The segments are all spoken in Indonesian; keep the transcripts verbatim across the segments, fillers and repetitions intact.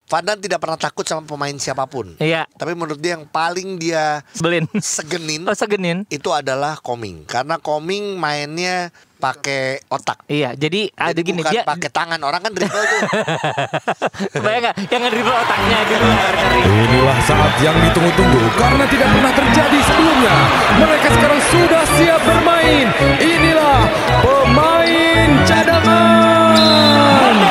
Vandan tidak pernah takut sama pemain siapapun. Iya. Tapi menurut dia yang paling dia Sebelin. segenin Oh, segenin. itu adalah Koming. Karena Koming mainnya pakai otak. Iya, jadi, Jadi ada gini bukan dia pakai tangan. Orang kan dribble tuh. Kebayang gak? Yang ngedribble otaknya di luar. Inilah saat yang ditunggu-tunggu karena tidak pernah terjadi sebelumnya. Mereka sekarang sudah siap bermain. Inilah pemain cadangan.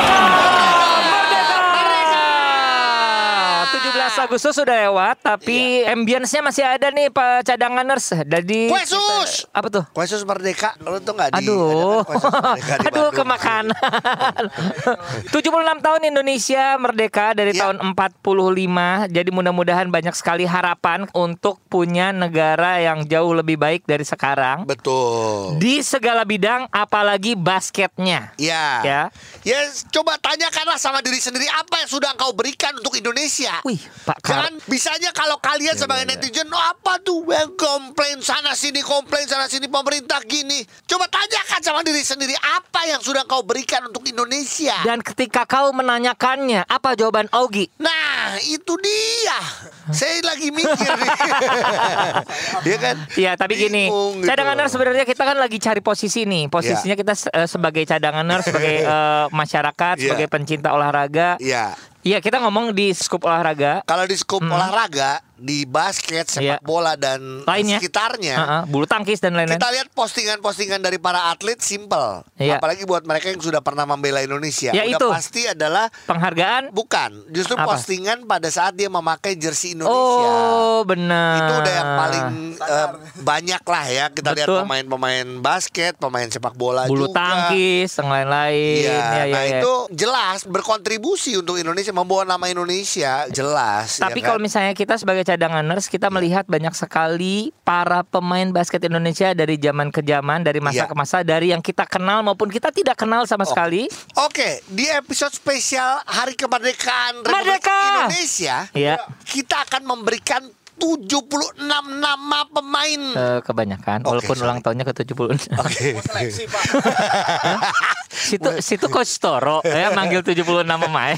tujuh belas Agustus sudah lewat, tapi Iya. ambience-nya masih ada nih Pak Cadanganers. Jadi Kue sus! kita- apa tuh? Kue sus merdeka. Lu tuh gak di Aduh, ada kan kue sus merdeka di aduh Bandung. kemakanan. tujuh puluh enam tahun Indonesia merdeka dari Ya. tahun empat puluh lima. Jadi mudah-mudahan banyak sekali harapan untuk punya negara yang jauh lebih baik dari sekarang. Betul. Di segala bidang, apalagi basketnya. Ya. Ya. Ya, coba tanyakanlah sama diri sendiri apa yang sudah engkau berikan untuk Indonesia. Wih, Pak Kar- Jangan bisanya kalau kalian sebagai netizen, oh, apa tuh yang komplain sana sini, komplain sana sini pemerintah gini. Coba tanyakan sama diri sendiri apa yang sudah kau berikan untuk Indonesia. Dan ketika kau menanyakannya, apa jawaban Augie? Nah, itu dia. Saya lagi mikir nih. Iya kan? Iya, tapi gini, Bingung gitu. cadanganer sebenarnya kita kan lagi cari posisi nih. Posisinya kita eh, sebagai cadanganer, sebagai eh, masyarakat, Iya. sebagai pencinta olahraga. Iya. Iya, kita ngomong di skup olahraga. Kalau di skup olahraga, di basket, Iya. sepak bola dan Lainnya. sekitarnya, Heeh, bulu tangkis dan lain-lain. kita lihat postingan-postingan dari para atlet simple. Iya. Apalagi buat mereka yang sudah pernah membela Indonesia. Ya, Udah itu. pasti adalah Penghargaan. bukan, justru Apa? postingan pada saat dia memakai jersey Indonesia. Oh, benar. Itu udah yang paling eh, banyak lah ya. Kita lihat Betul. pemain-pemain basket, pemain sepak bola bulu juga. tangkis dan lain-lain. Iya, Ya, ya, nah ya. itu jelas berkontribusi untuk Indonesia, membawa nama Indonesia, jelas. Tapi ya kalau kan? misalnya kita sebagai cadanganers, kita melihat banyak sekali para pemain basket Indonesia dari zaman ke zaman, dari masa Iya. ke masa, dari yang kita kenal maupun kita tidak kenal sama sekali. Oke, di episode spesial Hari Kemerdekaan Republik Merdeka! Indonesia, Iya. kita akan memberikan tujuh puluh enam nama pemain. Eh, kebanyakan, Oke, walaupun sorry. ulang tahunnya ke tujuh puluh enam. Oke. Situ situ Coach Toro ya manggil tujuh puluh enam pemain.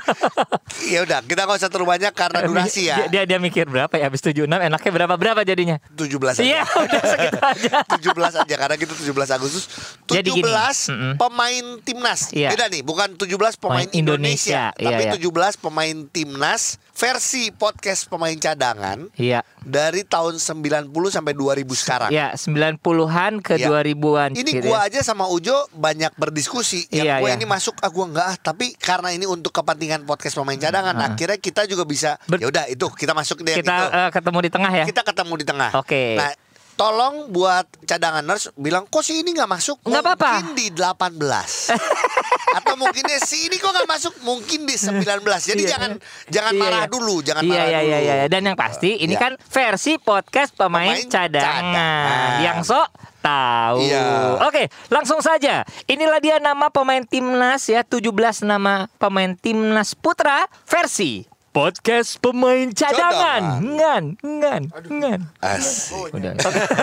Ya udah, kita nggak usah terlalu banyak karena durasi Dia, ya. dia dia mikir berapa ya habis tujuh puluh enam enaknya berapa berapa jadinya? tujuh belas Iya, aja. udah segitu aja. tujuh belas aja karena kita tujuh belas Agustus. Jadi tujuh belas gini, mm-mm. pemain timnas. Iya. Beda nih, bukan tujuh belas pemain Pemain Indonesia. Indonesia, tapi Iya, iya. tujuh belas pemain timnas versi podcast pemain cadangan Iya. dari tahun sembilan puluh sampai dua ribu sekarang. Ya, sembilan puluhan ke Iya. dua ribuan. Ini gitu gua ya. aja sama Ujo banyak berdiskusi. Yang Iya, gue iya. ini masuk, ah gua enggak ah. Tapi karena ini untuk kepentingan podcast pemain cadangan, akhirnya kita juga bisa. Ber- Ya udah itu kita masuk deh. Kita itu. eh, ketemu di tengah ya. Kita ketemu di tengah. Oke. Nah, tolong buat cadanganers bilang kok si ini nggak masuk? Nggak apa-apa. Mungkin di delapan belas. Atau mungkin deh si ini kok nggak masuk? Mungkin di sembilan belas. Jadi Iya. jangan jangan Iya, marah iya. dulu, jangan Iya, marah iya, dulu. iya, iya. Dan yang pasti ini Iya. kan versi podcast pemain, Pemain cadangan. cadangan. Yang sok tahu. Iya. Oke, langsung saja. Inilah dia nama pemain timnas ya, tujuh belas nama pemain timnas putra versi podcast pemain cadangan. Cadangan. Ngan, ngan, ngan. Asik. Udah.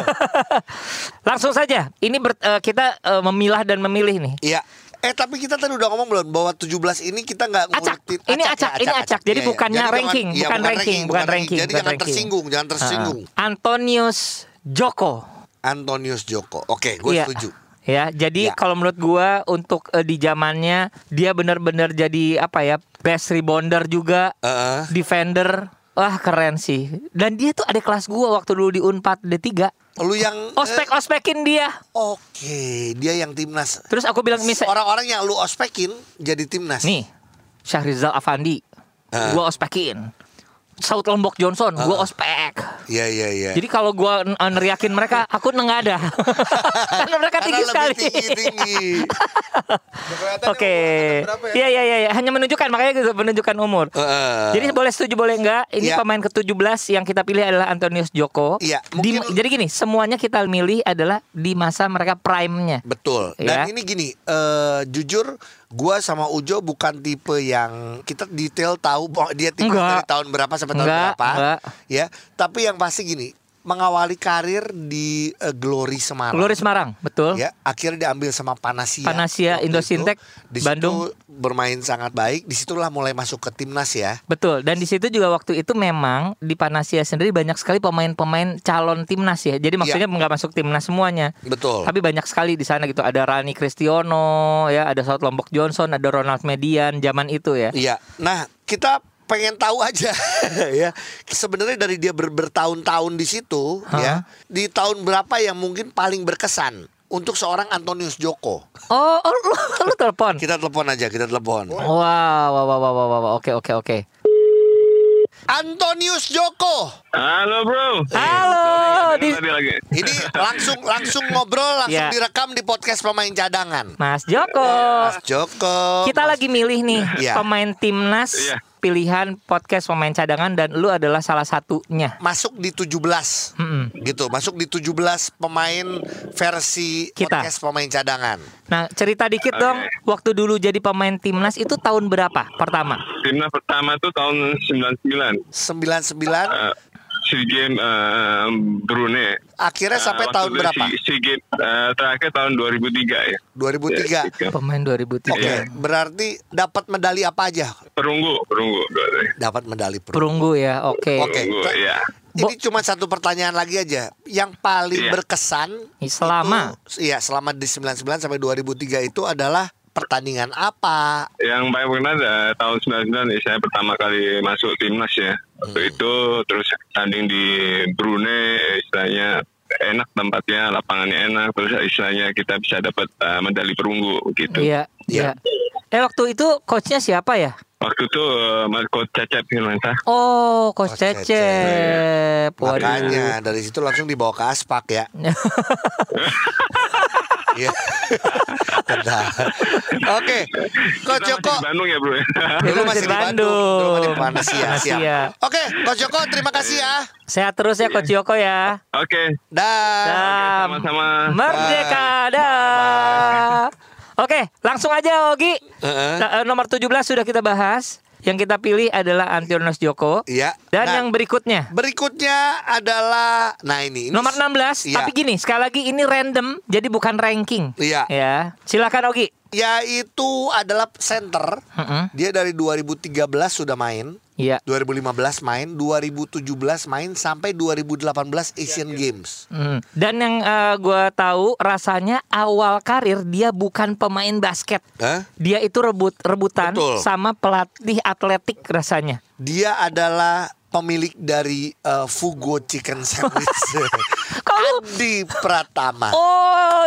Langsung saja. Ini ber- eh, kita eh, memilah dan memilih nih. Iya. Eh tapi kita tadi udah ngomong belum bahwa tujuh belas ini kita nggak Acak. ngurutin Ini acak, ini acak. Jadi Iya, iya. bukannya Jadi jangan- ranking, iya, bukan ranking, bukan ranking, Jadi bukan jangan ranking. tersinggung, jangan tersinggung. Uh, Antonius Joko. Antonius Joko. Oke, gue Iya. setuju. Ya, jadi Ya. kalau menurut gua untuk eh, di zamannya dia benar-benar jadi apa ya, best rebounder juga, Heeh. defender. Wah, keren sih. Dan dia tuh ada kelas gua waktu dulu di U empat D tiga. Lu yang Ospek-ospekin dia. Oke, dia yang timnas. Terus aku bilang misal Orang-orang yang lu ospekin jadi timnas. nih, Syahrizal Afandi, Ah. gua ospekin. Saud Lombok Johnson, gua ospek. Iya, iya, iya. Jadi kalau gua n- neriakin mereka, aku nggak ada. Karena mereka tinggi Karena sekali. lebih tinggi-tinggi. Oke. Iya, iya, iya, iya. Hanya menunjukkan, makanya gitu, menunjukkan umur. Heeh. Jadi boleh setuju boleh enggak. Ini Iya. pemain ke tujuh belas yang kita pilih adalah Antonius Joko. Iya, Di- mungkin- jadi gini, semuanya kita milih adalah di masa mereka prime-nya. Betul. Ya. Dan ini gini, eh, jujur gua sama Ujo bukan tipe yang kita detail tahu bahwa dia timnas Enggak. dari tahun berapa sampai tahun Enggak, berapa. enggak. Ya, tapi yang pasti gini, mengawali karir di uh, Glory Semarang. Glory Semarang, betul. Ya, akhirnya diambil sama Panasia. Panasia Indosintek di Bandung. situ bermain sangat baik. Disitulah mulai masuk ke timnas ya. Betul. Dan di situ juga waktu itu memang di Panasia sendiri banyak sekali pemain-pemain calon timnas ya. Jadi maksudnya nggak masuk timnas semuanya. Betul. Tapi banyak sekali di sana gitu. Ada Rani Kristiono, ya, ada Saud Lombok Johnson, ada Ronald Median zaman itu ya. Iya. Nah, kita pengen tahu aja ya. Sebenarnya dari dia ber bertahun-tahun di situ Ha? ya. Di tahun berapa yang mungkin paling berkesan untuk seorang Antonius Djoko? Oh, oh lu, lu telepon. Kita telepon aja, kita telepon. Wow, wow, wow, wow, wow, wow. Oke, oke, oke. Antonius Djoko. Halo bro. Halo. Sorry, Di- tadi lagi. Ini langsung langsung ngobrol, langsung Ya. direkam di podcast pemain cadangan. Mas Joko. Mas Djoko. Kita lagi milih nih Iya. pemain timnas Iya. pilihan podcast pemain cadangan dan lu adalah salah satunya. masuk di tujuh belas. Mm-mm. Gitu, masuk di tujuh belas pemain versi Kita. podcast pemain cadangan. Nah, cerita dikit Oke. dong, waktu dulu jadi pemain timnas itu tahun berapa pertama? Timnas pertama tuh tahun sembilan puluh sembilan. sembilan puluh sembilan Uh, SEA Games uh, Brunei. akhirnya sampai Uh, tahun waktu berapa? SEA, SEA Games uh, terakhir tahun dua ribu tiga ya. dua ribu tiga. Ya, gitu. Pemain dua ribu tiga. Oke, Iya. berarti dapat medali apa aja? Perunggu, perunggu. dua- Dapat medali perunggu. Perunggu ya, oke. Oke. Perunggu, ya. Ini cuma satu pertanyaan lagi aja. Yang paling Iya. berkesan Selama? itu, iya, selama di sembilan puluh sembilan sampai dua ribu tiga itu adalah pertandingan apa? Yang paling pernah uh, tahun sembilan puluh sembilan saya pertama kali masuk timnas ya. Waktu Hmm. itu terus tanding di Brunei, istilahnya enak tempatnya, lapangannya enak, terus istilahnya kita bisa dapat uh, medali perunggu gitu. Iya, iya. Eh waktu itu coachnya siapa ya? Waktu itu uh, Coach Cecep Firmansyah. Oh, coach Coach Cecep. Waduh. Makanya dari situ langsung dibawa ke Aspak ya. Iya. Benar. Oke, Coach Kita Joko. masih di Bandung ya bro. Dulu masih di Bandung, dulu masih di Panasia. Panasia. Siap. Oke, Coach Joko, terima kasih ya. Sehat terus ya Coach Joko ya. Oke. Dah. Dah. Sama-sama. Merdeka dah. Oke, langsung aja Ogi. Heeh. Nah, eh, nomor tujuh belas sudah kita bahas. Yang kita pilih adalah Antonius Djoko. Iya. Dan Nah, yang berikutnya berikutnya adalah, nah ini, ini nomor enam belas. Iya. Tapi gini, sekali lagi ini random, jadi bukan ranking. Iya. Ya, silakan Ogi. yaitu adalah center. Heeh. Dia dari dua ribu tiga belas sudah main, Iya. dua ribu lima belas main, dua ribu tujuh belas main sampai dua ribu delapan belas Asian Games. Hmm. Dan yang uh, gue tahu rasanya awal karir dia bukan pemain basket. Hah? Dia itu rebut rebutan Betul. sama pelatih atletik rasanya. Dia adalah pemilik dari uh, Fugo Chicken Sandwich. Kalau Adi Pratama. oh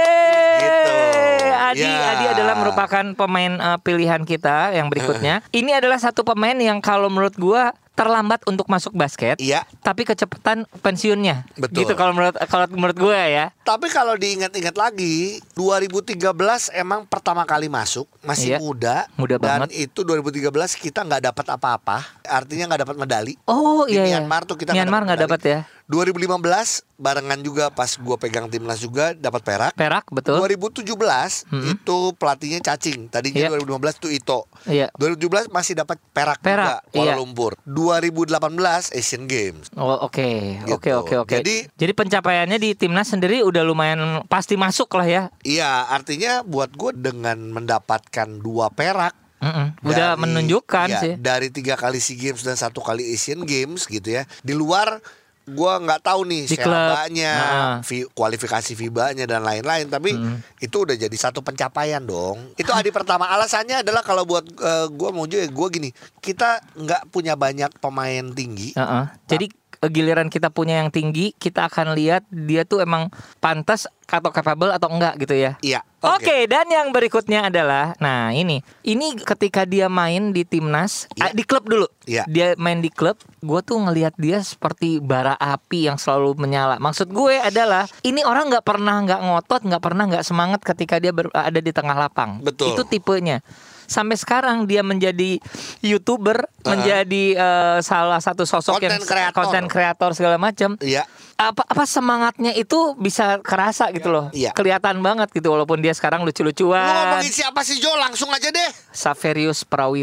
ye, Gitu. Adi Ya. Adi adalah merupakan pemain uh, pilihan kita yang berikutnya. Ini adalah satu pemain yang kalau menurut gua terlambat untuk masuk basket. Iya. Tapi kecepatan pensiunnya. Betul. Gitu kalau menurut kalau menurut gue ya. Tapi kalau diingat-ingat lagi, dua ribu tiga belas emang pertama kali masuk, masih Iya. muda. Muda dan banget. itu dua ribu tiga belas kita nggak dapat apa-apa, artinya nggak dapat medali. Oh Di iya iya. Myanmar tuh kita Myanmar nggak dapat ya. dua ribu lima belas barengan juga pas gua pegang timnas juga dapat perak. Perak betul. dua ribu tujuh belas Mm-mm. itu pelatihnya cacing. Tadinya Iya. dua ribu lima belas itu Ito. Iya. dua ribu tujuh belas masih dapat perak, Perak, juga Kuala iya. Lumpur. dua ribu delapan belas Asian Games. Oh oke Gitu. oke oke oke. Jadi- Jadi pencapaiannya di timnas sendiri udah lumayan pasti masuk lah ya. Iya, artinya buat gue dengan mendapatkan dua perak. Mm-mm. Udah dari- menunjukkan ya, sih. dari tiga kali SEA Games dan satu kali Asian Games gitu ya. Di luar gua nggak tahu nih Di klub. siapanya, Nah. fi- kualifikasi FIBA-nya dan lain-lain. Tapi itu udah jadi satu pencapaian dong. Itu Adi pertama. Alasannya adalah kalau buat eh, gua mau juga gua gini, kita nggak punya banyak pemain tinggi. Heeh. Jadi eh, giliran kita punya yang tinggi, kita akan lihat dia tuh emang pantas atau capable atau enggak gitu ya. Iya. Oke, dan yang berikutnya adalah, nah ini, ini ketika dia main di timnas, Iya. ah, di klub dulu, Iya. dia main di klub, gue tuh ngelihat dia seperti bara api yang selalu menyala. Maksud gue adalah, ini orang nggak pernah nggak ngotot, nggak pernah nggak semangat ketika dia ber- ada di tengah lapang. Betul. Itu tipenya. Sampai sekarang dia menjadi YouTuber, menjadi eh, salah satu sosok yang Content creator. konten kreator segala macam. Iya. Apa apa semangatnya itu bisa kerasa gitu loh. Iya. Kelihatan banget gitu walaupun dia sekarang Lu lucu-lucuan. ngomongin siapa sih Jo? Langsung aja deh. Saverius Prawiro.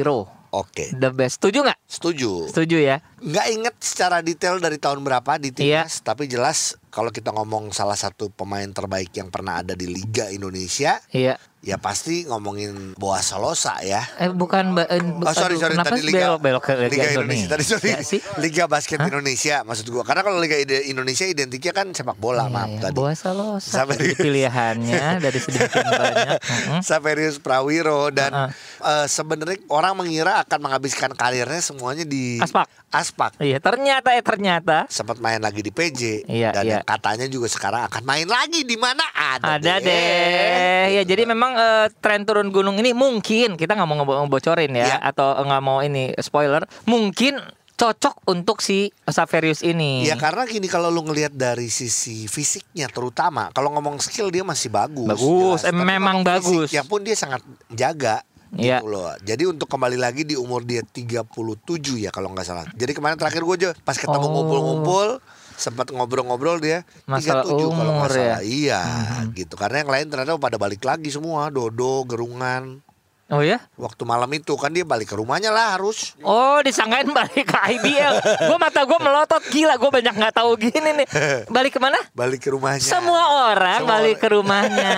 Oke. The best. Setuju nggak? Setuju. Setuju ya. Nggak inget secara detail dari tahun berapa di timnas, tapi jelas kalau kita ngomong salah satu pemain terbaik yang pernah ada di Liga Indonesia, Iya. ya pasti ngomongin Boas Salosa ya. Eh bukan ba- eh, bu- Oh sorry aduh, sorry kenapa tadi sih Liga belok-belok ke Liga, Liga Indonesia Indonesia tadi sorry Ya sih? Liga Basket Indonesia maksud gua, karena kalau Liga Ide- Indonesia identiknya kan sepak bola. Iya, Maaf iya. tadi Boas Salosa Saverius. pilihannya dari sedemikian banyak. Mm-mm. Saverius Prawiro dan Uh-uh. eh, sebenarnya orang mengira akan menghabiskan karirnya semuanya di Aspak. Aspak. Iya, ternyata eh ternyata Sempat main lagi di P J Iya, dan iya. yang katanya juga sekarang akan main lagi di mana ada, ada deh. Ya jadi memang eh, tren turun gunung ini mungkin kita nggak mau ngebo- ngebocorin ya, Iya. atau nggak mau ini spoiler, mungkin cocok untuk si Saverius ini. Ya karena gini, kalau lu ngelihat dari sisi fisiknya terutama, kalau ngomong skill dia masih bagus. Bagus, jelas. eh, Tapi memang ngomong bagus. fisiknya pun dia sangat menjaga. Iya. Gitu loh. Jadi untuk kembali lagi di umur dia tiga puluh tujuh ya kalau nggak salah. Jadi kemarin terakhir gue aja pas ketemu Oh. ngumpul-ngumpul sempat ngobrol-ngobrol dia Masalah tiga puluh tujuh kalau nggak umur ya? salah. Iya, gitu. Karena yang lain ternyata pada balik lagi semua, Dodo, Gerungan. Oh ya? Waktu malam itu kan dia balik ke rumahnya lah harus. Oh, disangkain balik ke I B L. Gue mata gue melotot, gila. Gue banyak nggak tahu gini nih. Balik kemana? Balik ke rumahnya. Semua orang Semua balik orang. ke rumahnya.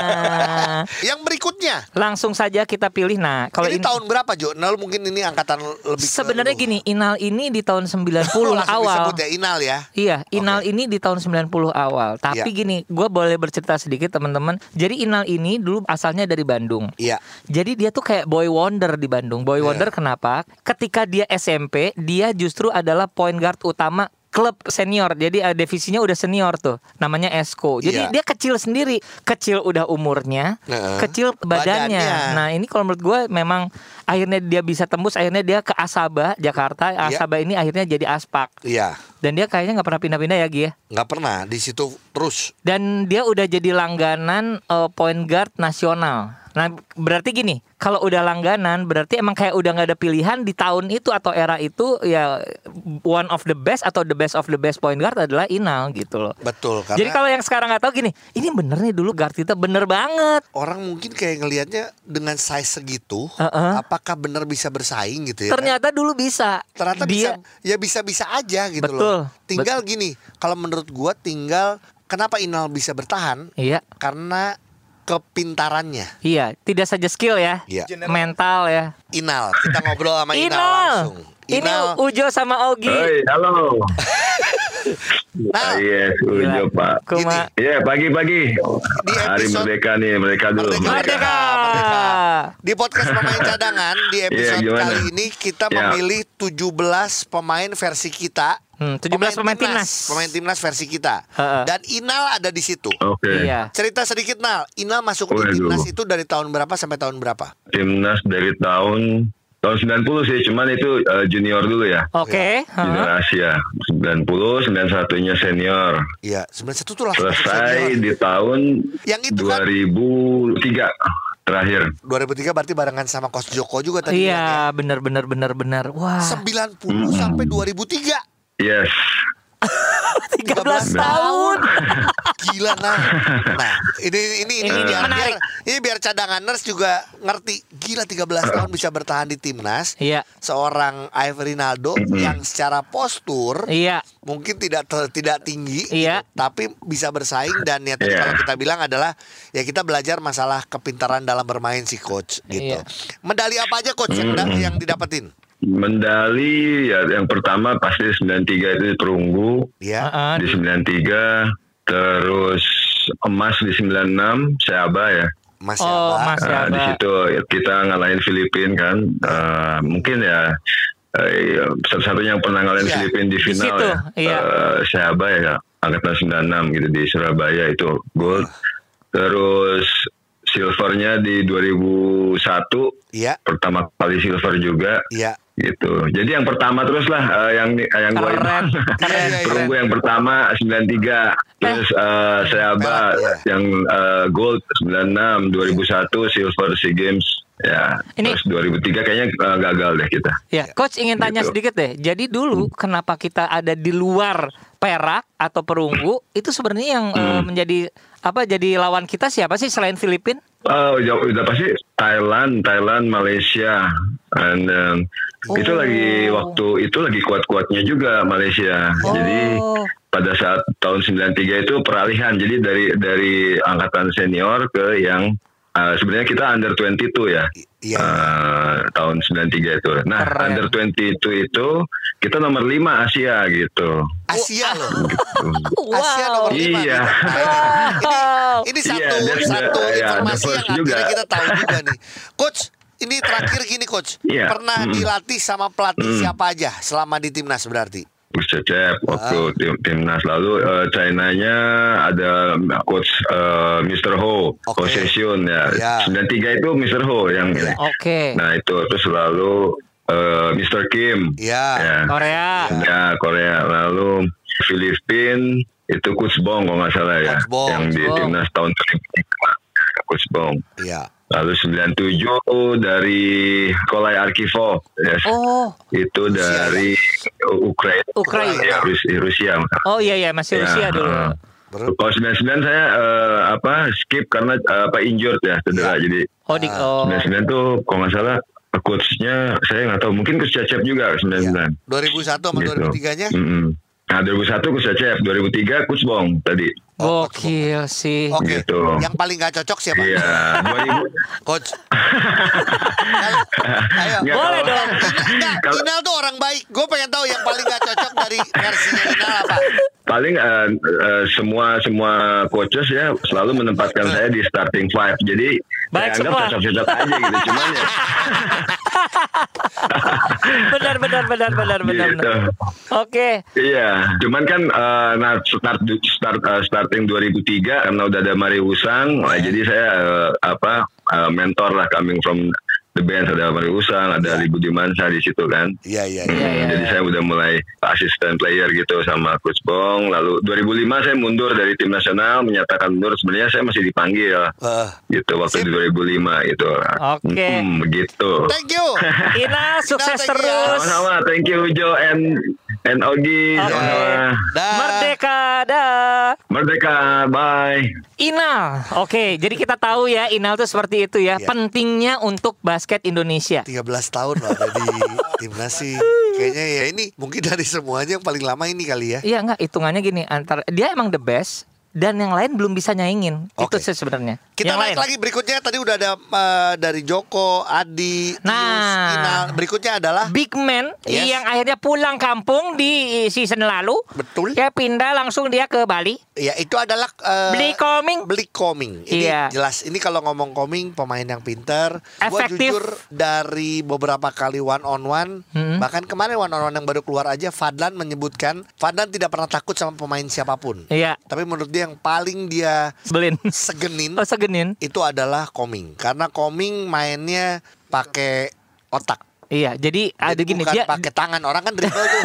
Yang berikutnya. Langsung saja kita pilih. Nah, kalau Ini ini tahun berapa Jo? Nal mungkin ini angkatan lebih ke sebenarnya lu. gini, Inal ini di tahun sembilan puluh Langsung awal. disebut ya Inal ya. Iya, Inal ini di tahun sembilan puluh awal. Tapi Iya. gini, gue boleh bercerita sedikit teman-teman. Jadi Inal ini dulu asalnya dari Bandung. Iya. Jadi dia tuh kayak boy wonder di Bandung. Boy Iya. wonder kenapa? Ketika dia S M P, dia justru adalah point guard utama klub senior. Jadi uh, divisinya udah senior tuh. Namanya Esko. Jadi Iya. dia kecil sendiri. Kecil udah umurnya, Heeh. kecil badannya. Badannya. Nah, ini kalau menurut gue memang akhirnya dia bisa tembus, akhirnya dia ke Asaba, Jakarta. Iya. Asaba ini akhirnya jadi Aspak. Iya. Dan dia kayaknya nggak pernah pindah-pindah ya, Gi ya. Nggak pernah di situ terus. Dan dia udah jadi langganan uh, point guard nasional. Nah, berarti gini, kalau udah langganan berarti emang kayak udah nggak ada pilihan di tahun itu atau era itu, ya one of the best atau the best of the best point guard adalah Inal gitu loh. Betul. Karena Jadi kalau yang sekarang nggak tahu gini, ini bener nih dulu guard kita bener banget. orang mungkin kayak ngelihatnya dengan size segitu, Uh-uh. apakah benar bisa bersaing gitu ya? kan? Ternyata dulu bisa. Ternyata dia bisa, ya bisa-bisa aja gitu Betul. loh. Tinggal gini, kalau menurut gua tinggal kenapa Inal bisa bertahan? Iya. Karena kepintarannya. Iya, tidak saja skill ya, Iya. mental ya. Inal, kita ngobrol sama Inal, Inal, langsung. ini Inal, Ujo sama Ogi. Hoi, halo. Nah, Yes, Ujo Pak. Kuma- Iya, pagi-pagi. Di Hari episode- Merdeka nih, mereka dulu. Merdeka. Merdeka. di podcast pemain cadangan di episode Iya, gimana? kali ini kita Ya. memilih tujuh belas pemain versi kita. Hmm, tujuh belas pemain timnas. Pemain timnas versi kita. Heeh. Dan Inal ada di situ. Oke. Iya. Cerita sedikit Nal, Inal masuk di Waduh. timnas itu dari tahun berapa sampai tahun berapa? Timnas dari tahun tahun sembilan puluh sih, cuman itu eh, junior dulu ya. Oke. heeh. Junior Asia. sembilan puluh, sembilan puluh satunya senior. Iya, sembilan puluh satu tuh langsung masuk Selesai senior. di tahun Yang itu kan dua ribu tiga terakhir. dua ribu tiga berarti barengan sama Coach Joko juga tadi. Iya, benar benar benar benar. Wah, sembilan puluh sampai dua ribu tiga. Yes. tiga belas tahun. Gila nah. Nah, ini ini ini, Ini biar, menarik. biar ini biar cadanganers juga ngerti. Gila tiga belas tahun bisa bertahan di timnas. Iya. Seorang Ivan Rinaldo yang secara postur Iya. mungkin tidak ter- tidak tinggi, Iya. gitu, tapi bisa bersaing dan ya tadi Iya. kalau kita bilang adalah ya kita belajar masalah kepintaran dalam bermain si coach gitu. Iya. Medali apa aja coach yang, da- yang didapetin? Mendali ya yang pertama pasti sembilan puluh tiga itu di perunggu, Ya. Heeh. di sembilan puluh tiga, terus emas di sembilan puluh enam Seaba ya. Mas Oh, Yaba. Mas Nah, Yaba. di situ kita ngalahin Filipina kan. Eh, mungkin ya eh, satu-satunya yang pernah ngalahin Iya. Filipina di Di final situ, ya. iya. Eh, Seaba ya, angkatan sembilan puluh enam gitu di Surabaya itu gold. Terus silvernya di dua ribu satu, Iya. pertama kali silver juga. Iya. Gitu. Jadi yang pertama terus lah eh, yang yang gue Keren, keren. perunggu yang pertama sembilan puluh tiga, terus eh, Seaba Perak, ya. yang eh, gold sembilan puluh enam, dua ribu satu silver SEA Games ya. Ini- Terus dua ribu tiga kayaknya eh, gagal deh kita. Ya, coach ingin tanya Gitu. sedikit deh. Jadi dulu kenapa kita ada di luar perak atau perunggu? Itu sebenarnya yang eh, menjadi apa? Jadi lawan kita siapa sih selain Filipina? Oh, udah, udah pasti Thailand, Thailand, Malaysia, And um, Oh. itu lagi waktu itu lagi kuat-kuatnya juga Malaysia. Oh. Jadi pada saat tahun sembilan tiga itu peralihan. Jadi dari dari angkatan senior ke yang uh, sebenarnya kita under dua puluh dua ya. Iya. Uh, tahun sembilan tiga itu. Nah, Keren. under dua puluh dua itu kita nomor lima Asia gitu. Asia loh. Wow. Asia nomor lima. Iya. gitu. Nah, ini, Wow. ini, ini Iya, satu that's the- satu ya, informasi the yang first akhirnya juga. kita tahu juga nih, Coach. Ini terakhir gini, Coach. Iya. Pernah Mm. dilatih sama pelatih Mm. siapa aja selama di timnas berarti? Coach Cecep waktu Ah. tim, timnas lalu uh, China-nya ada coach uh, mister Ho, Oke. Ho Session ya. Ya. sembilan tiga itu mister Ho yang ini. Oke. Nah, itu terus lalu uh, mister Kim. Ya. Ya. Korea. Ya, Korea. Lalu Filipina itu Coach Bong kalau nggak salah ya. Coach Bong. Yang di Bong. timnas tahun dua ribu tiga. Coach Bong. Iya. Lalu sembilan tujuh dari Kolai Arkivo. Yes. Oh. Itu dari Ukraina. Ukraina. Ya, Rus- Rusia. Oh iya iya masih Ya, Rusia dulu. uh, Baru- Kalau sembilan sembilan saya eh, apa skip karena eh, apa injured ya cedera. Ya. Jadi Oh di oh. sembilan sembilan tuh kalau nggak salah coachnya saya nggak tahu, mungkin coach Cecep juga sembilan sembilan. Iya. dua ribu satu sama dua ribu tiga-nya? Mm-mm. Nah dua ribu satu coach Cecep, dua ribu tiga coach Bong tadi. Oh, Gokil sih. Oke. Gitu. Yang paling gak cocok siapa? Iya, dua ribu. Coach. Ayo. Nggak, Boleh kalau- dong. Enggak, Kalau- Inal tuh orang baik. Gue pengen tahu yang paling gak cocok dari versinya Inal apa? Paling eh, eh, semua semua coaches ya selalu menempatkan saya di starting five. Jadi Baik saya semua. anggap cocok-cocok aja gitu. Cuman ya Benar benar benar benar benar. gitu. benar. Oke. Iya, cuman kan eh, nah start start eh, starting dua ribu tiga karena udah ada Mari Usang, nah, jadi saya eh, apa eh, mentor lah coming from the band, ada Mari Usang, ada Ali Budimansyah di situ kan. Iya, iya, Hmm, iya. iya, jadi iya. saya udah mulai asisten player gitu sama Coach Bong. Lalu dua ribu lima saya mundur dari tim nasional, menyatakan mundur. Sebenarnya saya masih dipanggil Eh, gitu waktu Sip. di dua ribu lima itu. Oke. Hmm, begitu. thank you. Ina sukses Thank you. terus. Sama-sama, thank you Jo and and Ogi. Oke. Sama-sama. Dah. Merdeka dah. Merdeka, bye. Inal. Oke, jadi kita tahu ya Inal tuh seperti itu ya. Iya. Pentingnya untuk basket Indonesia. tiga belas tahun loh ada di timnas sih. Kayaknya ya ini mungkin dari semuanya yang paling lama ini kali ya. Iya enggak, hitungannya gini, antar dia emang the best dan yang lain belum bisa nyaingin. Oke. Itu sih sebenarnya. Kita yang naik lain. lagi berikutnya tadi udah ada eh, dari Joko, Adi, Nah. Tius, Inal. Berikutnya adalah Big Man Yes. yang akhirnya pulang kampung di season lalu. Betul. Ya pindah langsung dia ke Bali. ya itu adalah eh, Beli coming. Beli Koming. Ini Iya. jelas. Ini kalau ngomong Koming pemain yang pinter. Gua Efektif. jujur dari beberapa kali one on one, Hmm. bahkan kemarin one on one yang baru keluar aja, Fadlan menyebutkan Fadlan tidak pernah takut sama pemain siapapun. Iya, Tapi menurut dia yang paling dia sebelin. segenin Oh segenin. itu adalah Koming, karena Koming mainnya pakai otak. Iya, jadi ada Jadi gini bukan dia pakai tangan. Orang kan dribble tuh.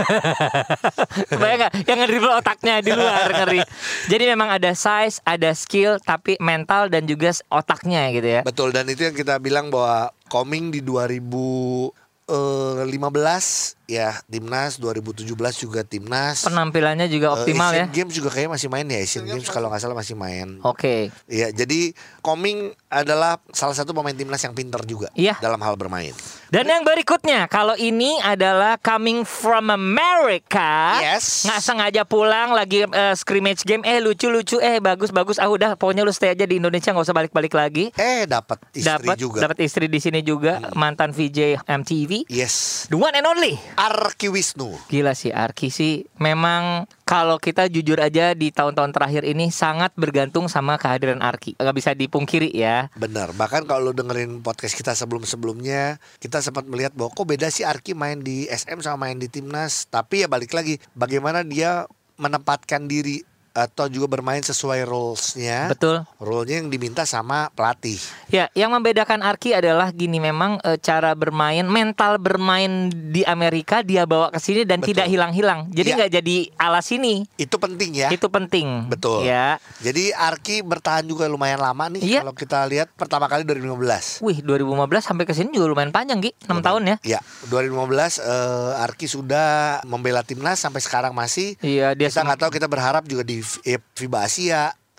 Bayang nggak yang ngedribble otaknya di luar ngeri. Jadi memang ada size, ada skill, tapi mental dan juga otaknya gitu ya. Betul, dan itu yang kita bilang bahwa Koming di dua ribu lima belas ya timnas, dua ribu tujuh belas juga timnas. Penampilannya juga Eh, optimal ya. Asian Games juga kayaknya masih main ya. Asian Games kalau nggak salah masih main. Oke. Iya, jadi Koming adalah salah satu pemain timnas yang pintar juga Iya. dalam hal bermain. Dan yang berikutnya, kalau ini adalah coming from America. Yes. Nggak sengaja pulang lagi eh, scrimmage game, eh lucu-lucu, eh bagus-bagus. Ah udah, pokoknya lu stay aja di Indonesia, nggak usah balik-balik lagi. Eh, dapat istri Dapat juga. dapat istri di sini juga, mantan V J M T V. Yes. The one and only. Arki Wisnu. Gila sih Arki sih. Memang kalau kita jujur aja di tahun-tahun terakhir ini sangat bergantung sama kehadiran Arki. Nggak bisa dipungkiri ya. Benar. Bahkan kalau lu dengerin podcast kita sebelum-sebelumnya, kita sempat melihat bahwa kok beda sih Arki main di S M sama main di timnas. Tapi ya balik lagi, bagaimana dia menempatkan diri atau juga bermain sesuai roles-nya. Betul. Role-nya yang diminta sama pelatih. Ya, yang membedakan Arki adalah gini, memang e, cara bermain, mental bermain di Amerika dia bawa ke sini dan Betul. tidak hilang-hilang. Jadi Iya. nggak jadi ala sini. Itu penting ya. Itu penting. Betul. Ya. Jadi Arki bertahan juga lumayan lama nih. Iya. Kalau kita lihat pertama kali dua ribu lima belas. Wih, dua ribu lima belas sampai ke sini juga lumayan panjang, Gi. enam tahun ya. Ya, dua ribu lima belas eh, Arki sudah membela timnas sampai sekarang masih. Iya, dia Kita sem- nggak tahu, kita berharap juga di F- eh, FIBA Asia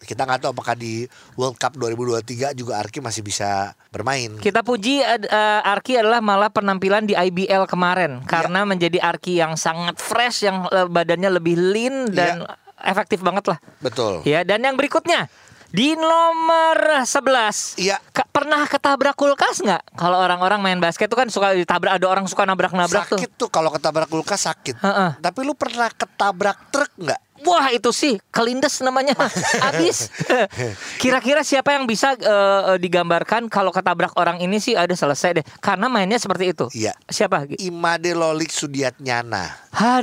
Kita nggak tahu apakah di World Cup dua ribu dua puluh tiga juga Arki masih bisa bermain. Kita puji uh, Arki adalah malah penampilan di I B L kemarin karena menjadi Arki yang sangat fresh, yang uh, badannya lebih lean dan efektif banget lah. Betul. Ya, dan yang berikutnya di nomor sebelas. Iya. Ka- pernah ketabrak kulkas nggak? Kalau orang-orang main basket tuh kan suka ditabrak, ada orang suka nabrak-nabrak tuh. Sakit tuh kalau ketabrak kulkas sakit. Heeh. Tapi lu pernah ketabrak truk nggak? Wah, itu sih kelindes namanya. Habis. Kira-kira siapa yang bisa uh, digambarkan kalau ketabrak orang ini sih ada selesai deh. Karena mainnya seperti itu. Iya. Siapa? Imade Lolik Sudiatnyana.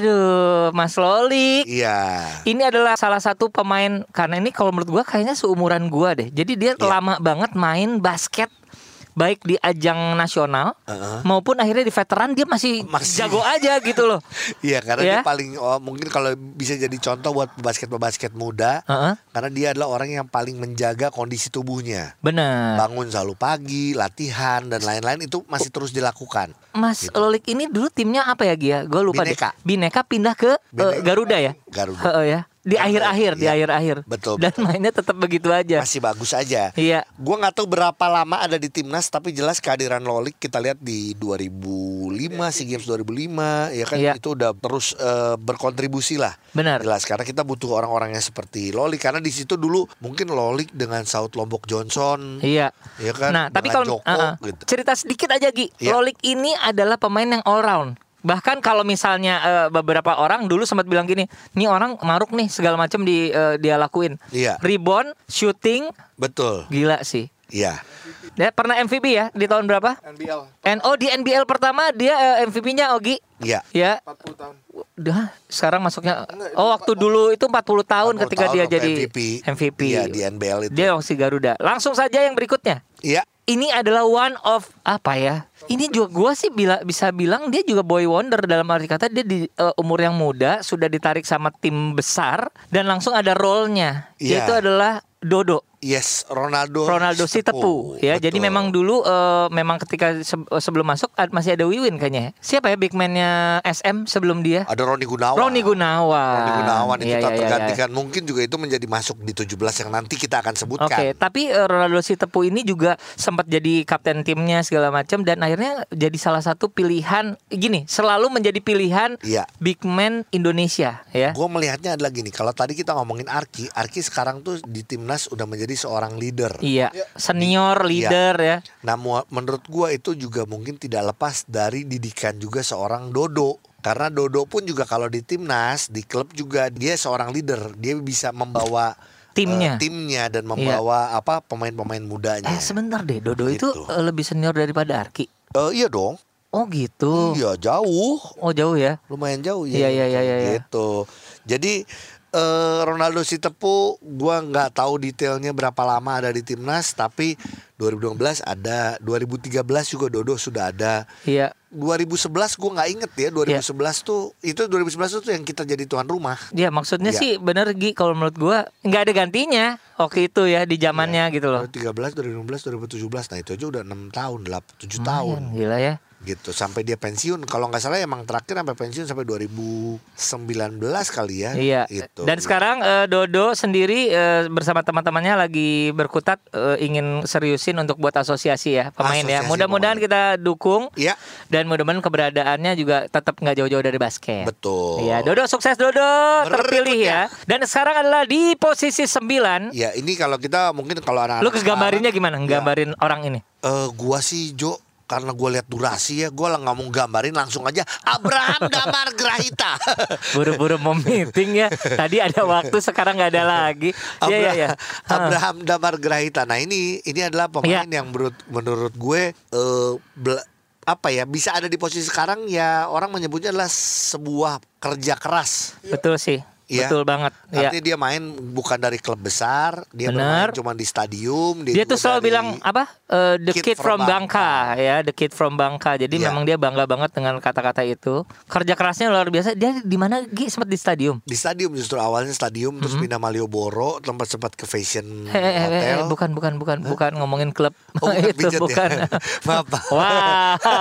Aduh, Mas Lolik. Iya. Ini adalah salah satu pemain, karena ini kalau menurut gua kayaknya seumuran gua deh. Jadi dia Iya. lama banget main basket, baik di ajang nasional Uh-huh. maupun akhirnya di veteran dia masih, Masih. jago aja gitu loh. Iya, karena Ya. dia paling oh, mungkin kalau bisa jadi contoh buat basket-basket muda. Heeh. Karena dia adalah orang yang paling menjaga kondisi tubuhnya. Benar. Bangun selalu pagi, latihan dan lain-lain itu masih terus dilakukan. Mas Gitu. Lolik ini dulu timnya apa ya Gia? Gue lupa Bineka. deh. Bineka pindah ke eh, Bineka. Garuda ya. Garuda. Heeh ya. Di Garuda, akhir-akhir, di iya. akhir-akhir. Betul, Dan betul. mainnya tetap begitu aja. Masih bagus aja. Iya. Gua nggak tahu berapa lama ada di timnas, tapi jelas kehadiran Lolik kita lihat di dua ribu lima, SEA Games dua ribu lima, ya kan Iya. itu udah terus eh, berkontribusi lah. Benar. Jelas karena kita butuh orang-orang yang seperti Lolik, karena di situ dulu mungkin Lolik dengan Saud Lombok Johnson. Iya. Ya kan, Nah, tapi dengan kalau Joko, uh-uh. gitu. cerita sedikit aja Gi. Iya. Lolik ini adalah pemain yang all round. Bahkan kalau misalnya eh, beberapa orang dulu sempat bilang gini, nih orang maruk nih segala macam di eh, dia lakuin. Iya. Rebound, shooting, Betul. gila sih. Iya. Dia pernah M V P ya di tahun berapa? N B L N O di N B L pertama dia eh, M V P-nya Ogi. Iya. Ya. empat puluh tahun. Udah, sekarang masuknya. Enggak, itu Oh, waktu empat- dulu itu empat puluh tahun empat puluh ketika tahun dia waktu jadi M V P. M V P. Iya, di N B L itu. Dia masih Garuda. Langsung saja yang berikutnya. Iya. Ini adalah one of apa ya? Ini juga gua sih bila, bisa bilang dia juga boy wonder, dalam arti kata dia di uh, umur yang muda sudah ditarik sama tim besar dan langsung ada role-nya. Iya. Yaitu adalah Dodo. Yes, Ronaldo. Ronaldo Sitepu ya. Jadi Betul. memang dulu uh, memang ketika se- sebelum masuk ad- masih ada Wiwin kayaknya. Siapa ya big man-nya S M sebelum dia? ada Roni Gunawan. Roni Gunawan. Roni Gunawan itu Iya, tak iya, iya, tergantikan. Mungkin juga itu menjadi masuk di tujuh belas yang nanti kita akan sebutkan. Oke, tapi uh, Ronaldo Sitepu ini juga sempat jadi kapten timnya segala macam dan akhirnya jadi salah satu pilihan, gini, selalu menjadi pilihan Iya. big man Indonesia ya. Gue melihatnya adalah gini, kalau tadi kita ngomongin Arki, Arki sekarang tuh di timnas udah menjadi seorang leader. Iya, senior leader ya. Nah, mu- menurut gue itu juga mungkin tidak lepas dari didikan juga seorang Dodo. Karena Dodo pun juga kalau di timnas, di klub juga dia seorang leader. Dia bisa membawa Timnya. eh, timnya dan membawa apa pemain-pemain mudanya. Eh sebentar deh, Dodo itu Gitu. uh, lebih senior daripada Arki. Eh, iya dong. Oh gitu. Iya, jauh. Oh jauh ya. Lumayan jauh ya. Iya, iya, iya, iya, iya. Gitu. Jadi eh, Ronaldo Sitepu gua nggak tahu detailnya berapa lama ada di timnas, tapi dua ribu dua belas ada, dua ribu tiga belas juga Dodo sudah ada. Iya. dua ribu sebelas gue nggak inget ya, dua ribu sebelas tuh itu dua ribu sebelas tuh yang kita jadi tuan rumah. Ya maksudnya Iya. sih bener Gi, kalau menurut gua nggak ada gantinya waktu itu ya di zamannya gitu loh. dua ribu tiga belas, dua ribu enam belas, dua ribu tujuh belas, nah itu aja udah enam tahun, delapan, tujuh Lumayan, tahun gila ya. gitu sampai dia pensiun. Kalau nggak salah emang terakhir sampai pensiun sampai dua ribu sembilan belas kali ya. Iya. Gitu. Dan sekarang eh, Dodo sendiri eh, bersama teman-temannya lagi berkutat eh, ingin seriusin untuk buat asosiasi ya pemain ya. Asosiasi Mudah-mudahan pemain. kita dukung Iya, dan mudah-mudahan keberadaannya juga tetap nggak jauh-jauh dari basket. betul. Iya, Dodo sukses Dodo terpilih ya. Dan sekarang adalah di posisi sembilan. Ya ini kalau kita mungkin kalau anak-anak Lu kegambarinnya sekarang, gimana? Nggambarin orang ini? Eh, gua sih Jo, karena gue lihat durasi ya, gue lah nggak mau gambarin, langsung aja Abraham Damar Grahita. Buru-buru mau meeting ya. Tadi ada waktu, sekarang nggak ada lagi. Iya iya iya. Abraham Damar Grahita. Nah ini ini adalah pemain Iya. yang menurut menurut gue eh, bela- apa ya bisa ada di posisi sekarang ya, orang menyebutnya adalah sebuah kerja keras. Betul sih. Iya. Betul banget. Iya. Artinya dia main bukan dari klub besar, dia Bener. bermain cuma di stadium. Dia juga tuh selalu dari- bilang apa? Eh, the kid, from Bangka. ya, the kid from Bangka. Jadi Iya. memang dia bangga banget dengan kata-kata itu. Kerja kerasnya luar biasa. Dia di mana Gi? Sempat di stadium. Di stadium justru awalnya stadium, terus pindah Malioboro, tempat sempat ke fashion Eh, eh, eh, hotel. eh, bukan bukan bukan bukan ngomongin klub. Oh, bukan itu pijat ya? bukan. Maaf, Pak.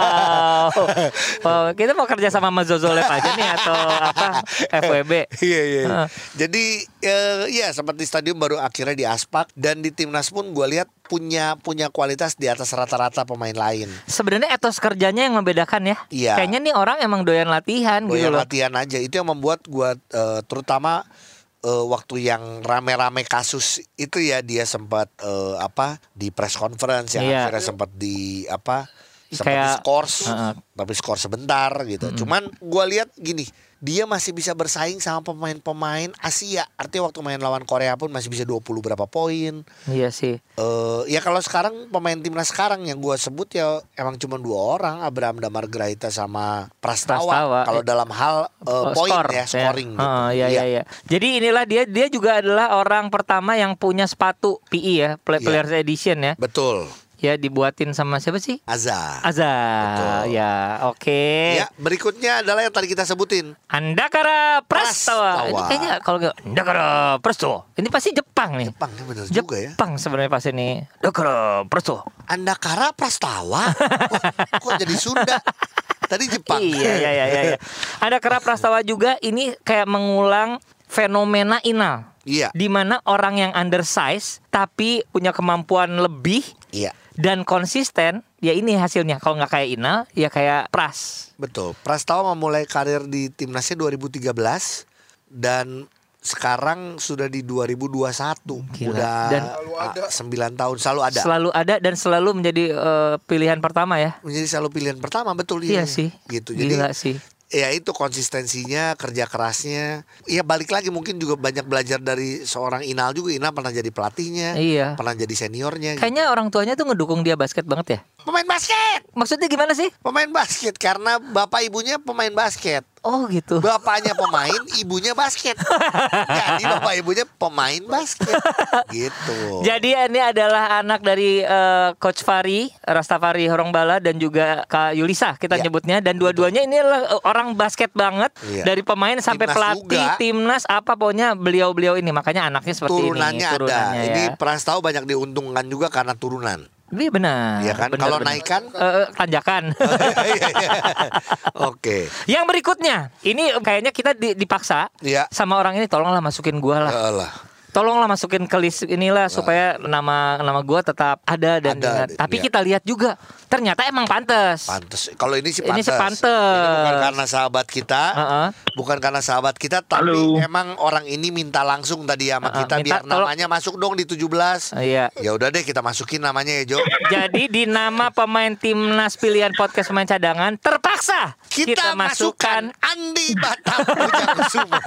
Wow. Oh, kita mau kerja sama sama Zozo Lab aja nih atau apa F W B? Iya iya iya. Heeh. Jadi eh, ya seperti stadium baru akhirnya diaspak dan di timnas pun gue lihat punya punya kualitas di atas rata-rata pemain lain. Sebenarnya etos kerjanya yang membedakan ya. Iya. Kayaknya nih orang emang doyan latihan gitu Doyan loh. latihan aja itu yang membuat gue eh, terutama eh, waktu yang rame-rame kasus itu ya dia sempat eh, apa di press conference yang Iya. akhirnya sempat di apa sempat Kayak- diskors Heeh. tapi skor sebentar gitu. Cuman gue lihat gini, dia masih bisa bersaing sama pemain-pemain Asia. Artinya waktu main lawan Korea pun masih bisa dua puluh berapa poin. Iya sih. Eh ya kalau sekarang pemain timnas sekarang yang gue sebut ya emang cuma dua orang, Abraham Damar Graita sama Prastawa. Prastawa. Kalau dalam hal eh, Oh, poin skor, ya, scoring gitu. Heeh, iya, iya, iya. Jadi inilah dia dia juga adalah orang pertama yang punya sepatu P E ya, Play- Iya. Players Edition ya. Betul. Ya dibuatin sama siapa sih? Azza. Azza. Betul. Ya, oke. Ya, berikutnya adalah yang tadi kita sebutin. Andakara Prastawa. Ini Prastawa. kayaknya kalau nggak Andakara Prastawa. Ini pasti Jepang nih. Jepang, ini bener juga ya. Jepang sebenarnya pasti nih. Andakara Prastawa. Andakara Prastawa. Wah, kok jadi Sunda? Tadi Jepang. Iya, iya, iya, iya. iya. Andakara Prastawa juga ini kayak mengulang fenomena Inal. Iya. Di mana orang yang undersize tapi punya kemampuan lebih Iya. dan konsisten, ya ini hasilnya. Kalau nggak kayak Inal, ya kayak Pras. Betul. Prastawa memulai karir di timnasnya dua ribu tiga belas dan sekarang sudah di dua ribu dua puluh satu. Gila. Udah Dan- ah, sembilan tahun selalu ada. Selalu ada dan selalu menjadi eh, pilihan pertama ya. Menjadi selalu pilihan pertama, betul Iya ya. sih. Gitu. Jadi Gila sih. ya itu konsistensinya, kerja kerasnya. Ya balik lagi mungkin juga banyak belajar dari seorang Inal juga. Inal pernah jadi pelatihnya, Iya. pernah jadi seniornya. gitu. Kayaknya orang tuanya tuh ngedukung dia basket banget ya. Pemain basket, Maksudnya gimana sih? pemain basket karena bapak ibunya pemain basket. Oh gitu. Bapaknya pemain, ibunya basket. Jadi bapak ibunya pemain basket. Gitu. Jadi ini adalah anak dari eh, Coach Fari, Rastafari Horongbala dan juga Kak Yulisa kita Ya. nyebutnya, dan dua-duanya ini adalah eh, orang basket banget, Iya. dari pemain sampai Timnas pelatih, juga. timnas apa pokoknya beliau-beliau ini, makanya anaknya seperti Turunannya ini. ada. Turunannya Ini ya. Prastawa banyak diuntungkan juga karena turunan. Iya benar. Iya kan? benar, Kalau benar. naik kan? Eh, eh, tanjakan. Iya, iya. Oke. Yang berikutnya, ini kayaknya kita di- dipaksa Iya. sama orang ini, tolonglah masukin gua lah. Alah. Tolonglah masukin ke list inilah supaya nama nama gua tetap ada dan Ada, ingat. d- Tapi iya. kita lihat juga ternyata emang pantas. Pantes. Kalau ini sih Ini pantes. sih pantes. Ini bukan karena sahabat kita. Heeh. Bukan karena sahabat kita, tapi Halo. emang orang ini minta langsung tadi sama Heeh, kita minta biar tolong- namanya masuk dong di tujuh belas. Oh, iya. Ya udah deh kita masukin namanya ya Jo. Jadi di nama pemain timnas pilihan podcast pemain cadangan terpaksa Kita, masukkan Andi Batam Pujakusuma.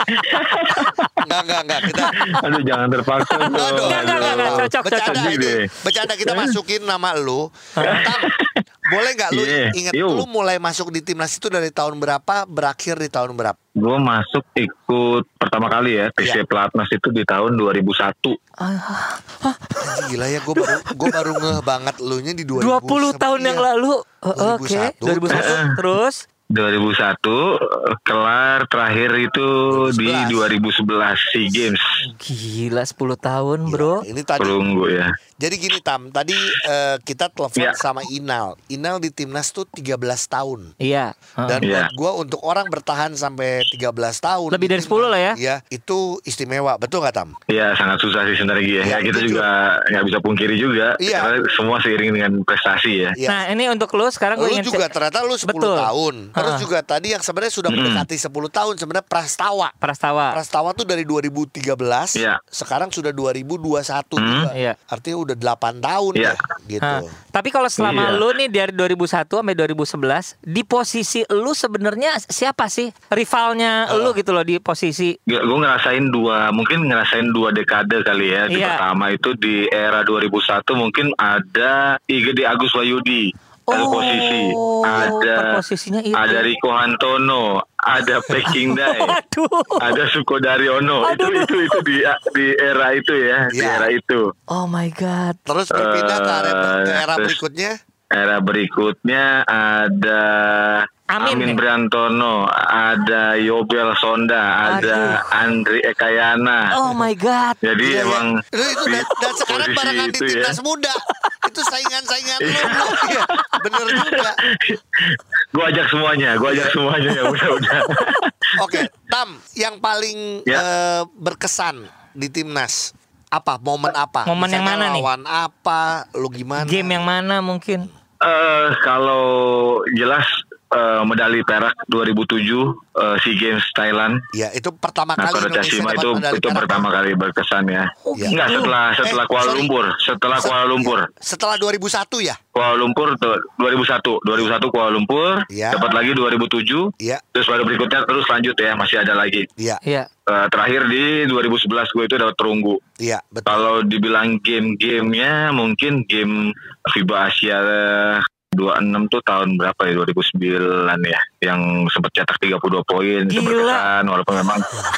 Enggak enggak enggak kita Aduh jangan terpaksa. Enggak dong. Enggak, enggak, enggak, enggak, cocok, Bercanda cocok. ini. Deh. Bercanda kita masukin nama lu. Tam, boleh nggak lu Iya, inget yuk. lu mulai masuk di timnas itu dari tahun berapa, berakhir di tahun berapa? Gue masuk ikut pertama kali ya P C Iya. Pelatnas itu di tahun dua ribu satu. Anjing, gila ya, gue baru gue baru ngeh banget lu nya di dua ribu dua puluh tahun yang iya. lalu. Oh, Oke. dua ribu satu terus dua ribu satu kelar terakhir itu di dua ribu sebelas SEA Games. gila sepuluh tahun, Bro. Ini tadi Perunggu ya. jadi gini Tam, tadi eh, kita telepon Iya. sama Inal. Inal di timnas tuh tiga belas tahun. Iya. Heeh. Dan Iya. buat gue untuk orang bertahan sampai tiga belas tahun Lebih di dari sepuluh lah ya. Iya, itu istimewa, betul nggak Tam? Ya sangat susah sih sebenarnya ya. Iya, Ya, kita jujur. juga nggak bisa pungkiri juga. Iya. Karena semua seiring dengan prestasi ya. Iya. Nah, ini untuk lu sekarang gue Lu ingin juga cek- ternyata lu sepuluh Betul. tahun. Terus Ha-ha. juga tadi yang sebenarnya sudah mendekati sepuluh tahun sebenarnya Prastawa. Prastawa. Prastawa tuh dari dua ribu tiga belas, Iya. sekarang sudah dua ribu dua puluh satu Hmm. juga. Iya. Artinya udah delapan tahun Iya. ya, gitu. Hah. Tapi kalau selama Iya. lu nih dari dua ribu satu sampai dua ribu sebelas, di posisi lu sebenarnya siapa sih rivalnya Oh. lu gitu loh di posisi? Gue ngerasain dua, mungkin ngerasain dua dekade kali ya. Di Iya. pertama itu di era dua ribu satu mungkin ada I G D Agus Wahyudi. Satu posisi. Ada per posisinya itu. ada Rico Hantono, ada Peking Dai, Waduh. ada Suko Daryono. Itu Aduh. itu itu di di era itu ya, di Iya. era itu. Oh my god. Terus berpindah ke era, ke Eh, era terus- berikutnya. Era berikutnya ada Amin, Amin nih. Briantono, ada Yobel Sonda, ada Andri Ekayana. Oh my god. Jadi Iya, emang ya. Lu itu di dan, dan sekarang posisi barengan di itu ya. timnas muda. Itu saingan-saingan lu. lu. Iya, bener juga. Gue ajak semuanya, gue ajak semuanya ya udah-udah. Oke, Tam, yang paling Ya. eh, berkesan di timnas apa? Momen apa? Momen yang Misalnya mana nih? lawan apa? Lu gimana? Game yang mana mungkin? Eh, kalau jelas eh, medali perak dua ribu tujuh eh, SEA Games Thailand. Ya, itu pertama Nah, kali Koda Indonesia Chashima dapat itu medali itu perak, pertama kan? kali berkesan ya. Oh, Ya. Enggak, gitu. setelah setelah Eh, Kuala sorry. Lumpur, setelah Se- Kuala Lumpur. Setelah dua ribu satu ya? Kuala Lumpur tuh dua ribu satu, dua ribu satu Kuala Lumpur, Iya. dapat lagi dua ribu tujuh. Iya. Terus baru berikutnya terus lanjut ya, masih ada lagi. Iya, Iya. Eh, terakhir di dua ribu sebelas gue itu dapat perunggu. iya, betul. Kalau dibilang game-gamenya mungkin game FIBA Asia dua puluh enam tuh tahun berapa ya, dua ribu sembilan ya, yang sempat cetak tiga puluh dua poin. Itu Gila. berkesan walaupun memang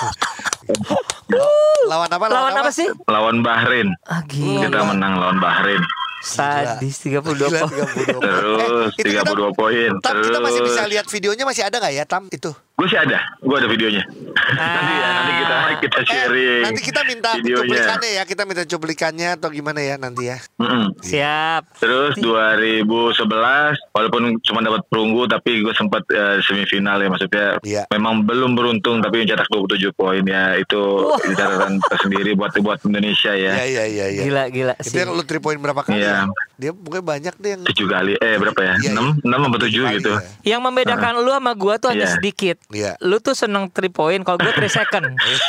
Lawan apa? Lawan apa sih? lawan Bahrain. Ah, gila. Kita menang lawan Bahrain. Sadis tiga puluh dua Gila, poin. tiga puluh dua. Terus Eh, itu tiga puluh dua kita- poin. Tam, kita masih Terus- bisa lihat videonya, masih ada nggak ya, Tam, itu? Gue sih ada, gue ada videonya. Nanti ya, nanti kita kita Eh, sharing. nanti kita minta videonya. cuplikannya ya, kita minta cuplikannya atau gimana ya nanti ya. Mm-mm. Siap. Terus dua ribu sebelas walaupun cuma dapat perunggu tapi gue sempat eh, semifinal ya, maksudnya Iya. memang belum beruntung tapi mencetak dua puluh tujuh poin ya, itu Wah. catatan tersendiri buat buat Indonesia ya. Iya, iya, iya, iya. Gila gila Itu sih. yang lu three point berapa kali? Iya. Ya? Dia pokoknya banyak deh yang tujuh kali eh berapa ya? Iya, enam iya. enam atau tujuh kali gitu. ya. Yang membedakan lu sama gua tuh hanya Iya. sedikit. Iya. Lu tuh seneng three point, kalau gua three second.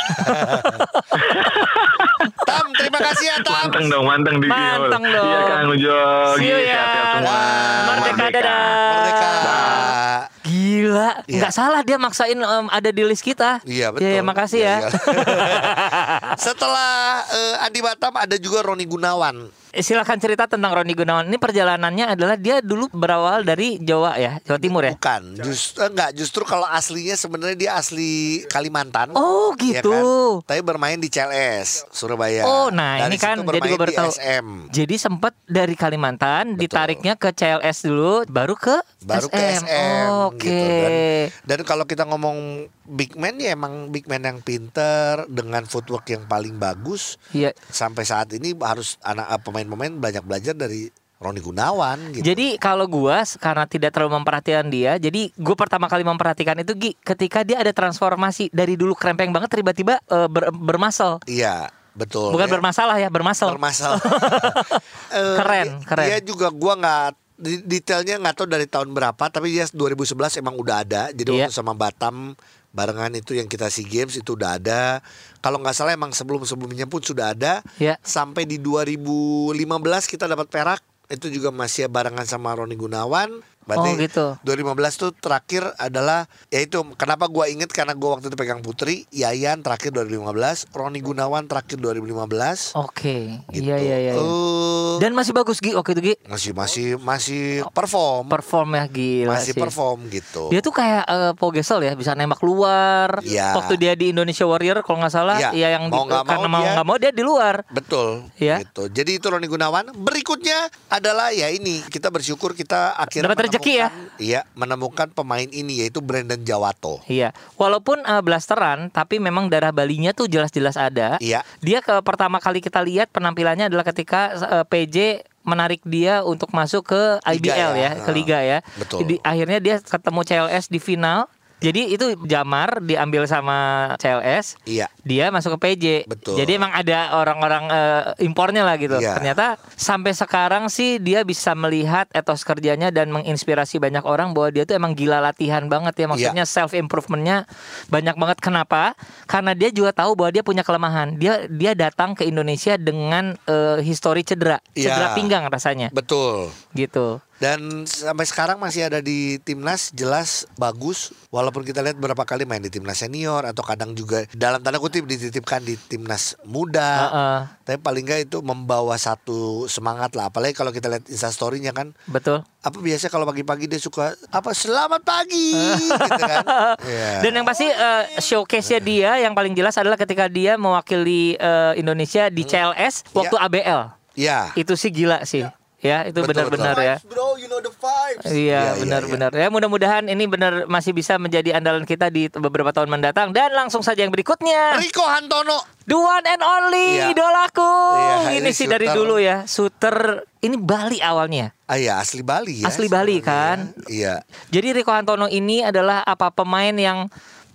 Tam, terima kasih ya, Tam. Manteng dong, manteng di Manteng dong. Iya Kang Ujo. See you ya. Sehat-sehat semua. Merdeka, dadah. Merdeka. Gila, Iya. nggak salah dia maksain em, ada di list kita. Iya, betul. Iya, makasih Iya, ya. iya. Setelah eh, Andi Batam ada juga Roni Gunawan. Eh, Silakan cerita tentang Roni Gunawan. Ini perjalanannya adalah dia dulu berawal dari Jawa ya, Jawa Timur ya. Bukan, justru enggak, justru kalau aslinya sebenarnya dia asli Kalimantan. Oh, ya gitu. kan? Tapi bermain di C L S Surabaya. Oh, nah Dari ini kan situ jadi gue bermain baru di tahu. S M. Jadi sempat dari Kalimantan ditariknya ke C L S dulu, baru ke Baru S M. ke S M Oke. gitu. Dan, dan kalau kita ngomong big man ya emang big man yang pinter dengan footwork yang paling bagus. Iya. Sampai saat ini harus anak eh, pemain-pemain banyak belajar dari Roni Gunawan gitu. Jadi kalau gua karena tidak terlalu memperhatikan dia, jadi gue pertama kali memperhatikan itu Gi, ketika dia ada transformasi dari dulu krempeng banget tiba-tiba eh, ber, bermasal. Iya, betul. Bukan ya. bermasalah ya, bermasal. Bermasalah. Eh, Keren, dia- keren. Dia juga gua nggak di- detailnya nggak tahu dari tahun berapa, tapi dia dua ribu sebelas emang udah ada. Jadi Iya. waktu sama Batam barengan itu yang kita SEA Games itu udah ada. Kalau nggak salah emang sebelum-sebelumnya pun sudah ada. Iya. Sampai di dua ribu lima belas kita dapat perak. Itu juga masih barengan sama Roni Gunawan. Berarti Oh, gitu. dua ribu lima belas tuh terakhir adalah yaitu kenapa gua inget karena gua waktu itu pegang Putri, Yayan terakhir dua ribu lima belas, Roni Gunawan terakhir dua ribu lima belas. Oke. Gitu. Iya iya iya. iya. Eh, Dan masih bagus Gi waktu itu Gi. masih masih masih perform, Perform ya gila masih sih. perform gitu. Dia tuh kayak eh, Pau Gasol ya, bisa nembak luar. Iya. Waktu dia di Indonesia Warrior kalau nggak salah, Iya. ya yang Mau di- nggak karena mau mau dia- nggak mau dia di luar. Betul, Iya. gitu. Jadi itu Roni Gunawan. Berikutnya adalah ya ini kita bersyukur kita akhirnya Dapat rezeki ya? menemukan- Iya, menemukan pemain ini yaitu Brandon Jawato. Iya, walaupun eh, blasteran, tapi memang darah Balinya tuh jelas-jelas ada. Iya. Dia ke pertama kali kita lihat penampilannya adalah ketika eh, P J menarik dia untuk masuk ke I B L Liga ya, ya. ke Liga ya. Betul. Jadi akhirnya dia ketemu C L S di final. Jadi itu Jamar diambil sama C L S. Iya. Dia masuk ke P J. Betul. Jadi emang ada orang-orang eh, impornya lah gitu. Iya. Ternyata sampai sekarang sih dia bisa melihat etos kerjanya dan menginspirasi banyak orang bahwa dia tuh emang gila latihan banget ya. Maksudnya self improvementnya banyak banget. Kenapa? Karena dia juga tahu bahwa dia punya kelemahan. Dia dia datang ke Indonesia dengan eh, histori cedera, Iya. cedera pinggang rasanya. Betul. Gitu. Dan sampai sekarang masih ada di timnas, jelas bagus. Walaupun kita lihat beberapa kali main di timnas senior atau kadang juga dalam tanda kutip dititipkan di timnas muda. Heeh. Tapi paling nggak itu membawa satu semangat lah. Apalagi kalau kita lihat instastorynya kan. Betul. Apa biasa kalau pagi-pagi dia suka apa selamat pagi gitu kan. Iya. Dan yang pasti eh, showcase-nya dia yang paling jelas adalah ketika dia mewakili eh, Indonesia di C L S waktu Ya. A B L. Ya. Itu sih gila sih. Ya, itu Betul, benar-benar betul. ya. Bro, you know the vibes. Iya, Iya, iya, benar-benar. Ya, mudah-mudahan ini benar masih bisa menjadi andalan kita di beberapa tahun mendatang. Dan langsung saja yang berikutnya. Riko Hantono. The one and only Iya. idolaku. Iya, ini ini sih dari shooter. dulu ya. Shooter ini Bali awalnya. Ah ya, asli Bali ya. Asli Bali, sebenarnya. kan? Iya. Jadi Riko Hantono ini adalah apa pemain yang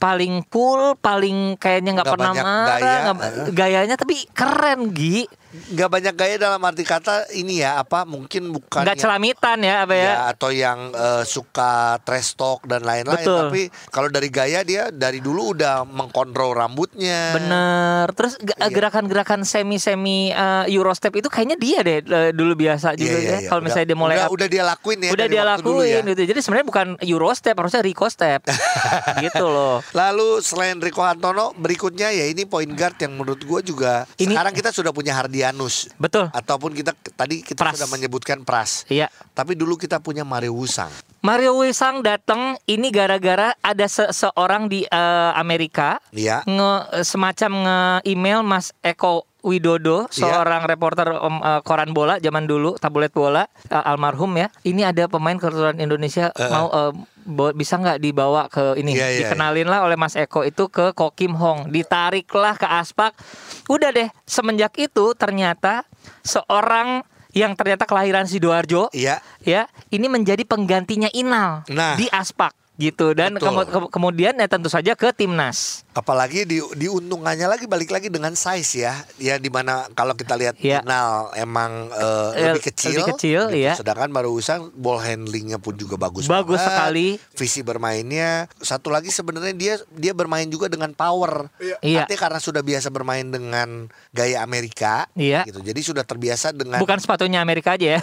paling cool, paling kayaknya nggak Nggak pernah banyak marah, gaya. nggak- gayanya tapi keren Gi. Nggak banyak gaya dalam arti kata ini ya apa mungkin bukan Nggak yang- celamitan ya apa ya? ya atau yang eh, suka trash talk dan lain-lain. Betul. Tapi kalau dari gaya dia dari dulu udah mengkontrol rambutnya. Bener. Terus ge- Iya. gerakan-gerakan semi-semi uh, Eurostep itu kayaknya dia deh uh, dulu biasa Iya, juga iya, ya. iya. Kalau Udah- misalnya dia mulai udah, up- udah dia lakuin ya. udah dari dia waktu dulu lakuin ya. gitu. Jadi sebenarnya bukan Eurostep, harusnya Rico Step. Gitu loh. Lalu selain Rico Hantono, berikutnya ya ini point guard yang menurut gue juga Ini- sekarang kita sudah punya Hardianus. Betul. Ataupun kita tadi kita Pras. sudah menyebutkan Pras. Iya. Tapi dulu kita punya Mario Wusang. Mario Wisang datang ini gara-gara ada seseorang di uh, Amerika Iya. nge semacam nge-email Mas Eko Widodo, Iya. seorang reporter um, uh, koran bola zaman dulu, tabloid bola, uh, almarhum ya. Ini ada pemain keturunan Indonesia Uh-uh. mau uh, bo- bisa nggak dibawa ke ini? Iya, iya, Dikenalin lah oleh Mas Eko itu ke Ko Kim Hong, ditariklah ke Aspak. Udah deh, semenjak itu ternyata seorang yang ternyata kelahiran Sidoarjo, Iya. ya, ini menjadi penggantinya Inal Nah. di Aspak gitu, dan Betul. kemu- ke- kemudian ya tentu saja ke timnas. Apalagi di diuntungannya lagi balik lagi dengan size ya. Ya dimana kalau kita lihat Iya. Inal emang eh, Eh, lebih kecil. lebih kecil, iya. Sedangkan Mario Wusang ball handlingnya pun juga bagus. Bagus banget. sekali. Visi bermainnya. Satu lagi sebenarnya dia dia bermain juga dengan power. Iya. Artinya karena sudah biasa bermain dengan gaya Amerika. Iya. Gitu. Jadi sudah terbiasa dengan. Bukan sepatunya Amerika aja ya.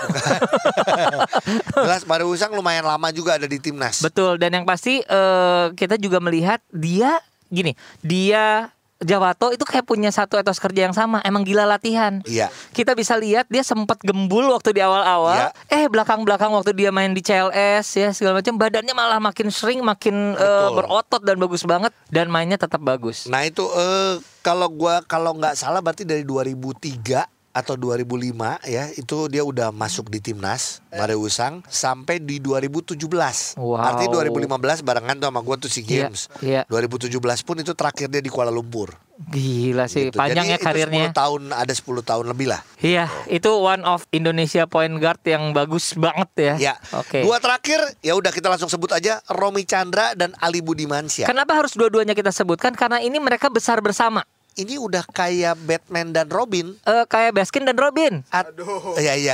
Jelas Mario Wusang lumayan lama juga ada di timnas. Betul, dan yang pasti eh, kita juga melihat dia gini, dia Jawato itu kayak punya satu etos kerja yang sama, emang gila latihan. Iya. Kita bisa lihat dia sempat gembul waktu di awal-awal. Iya. Eh belakang-belakang waktu dia main di C L S ya segala macam, badannya malah makin sering, makin eh, Betul. berotot dan bagus banget, dan mainnya tetap bagus. Nah itu eh, kalau gua kalau nggak salah berarti dari dua ribu tiga atau dua ribu lima ya itu dia udah masuk di timnas Mario Wusang sampai di dua ribu tujuh belas. Wow. Artinya dua ribu lima belas barengan tuh sama gua tuh SEA Iya, Games. iya. dua ribu tujuh belas pun itu terakhir dia di Kuala Lumpur. Gila sih, Gitu. panjang ya Jadi itu karirnya. sepuluh tahun ada sepuluh tahun lebih lah. Iya, itu one of Indonesia point guard yang bagus banget ya. Ya. Oke. Dua terakhir ya udah kita langsung sebut aja Romy Chandra dan Ali Budimansyah. Kenapa harus dua-duanya kita sebutkan? Karena ini mereka besar bersama. Ini udah kayak Batman dan Robin. Eh kayak Baskin dan Robin. Aduh. Iya iya.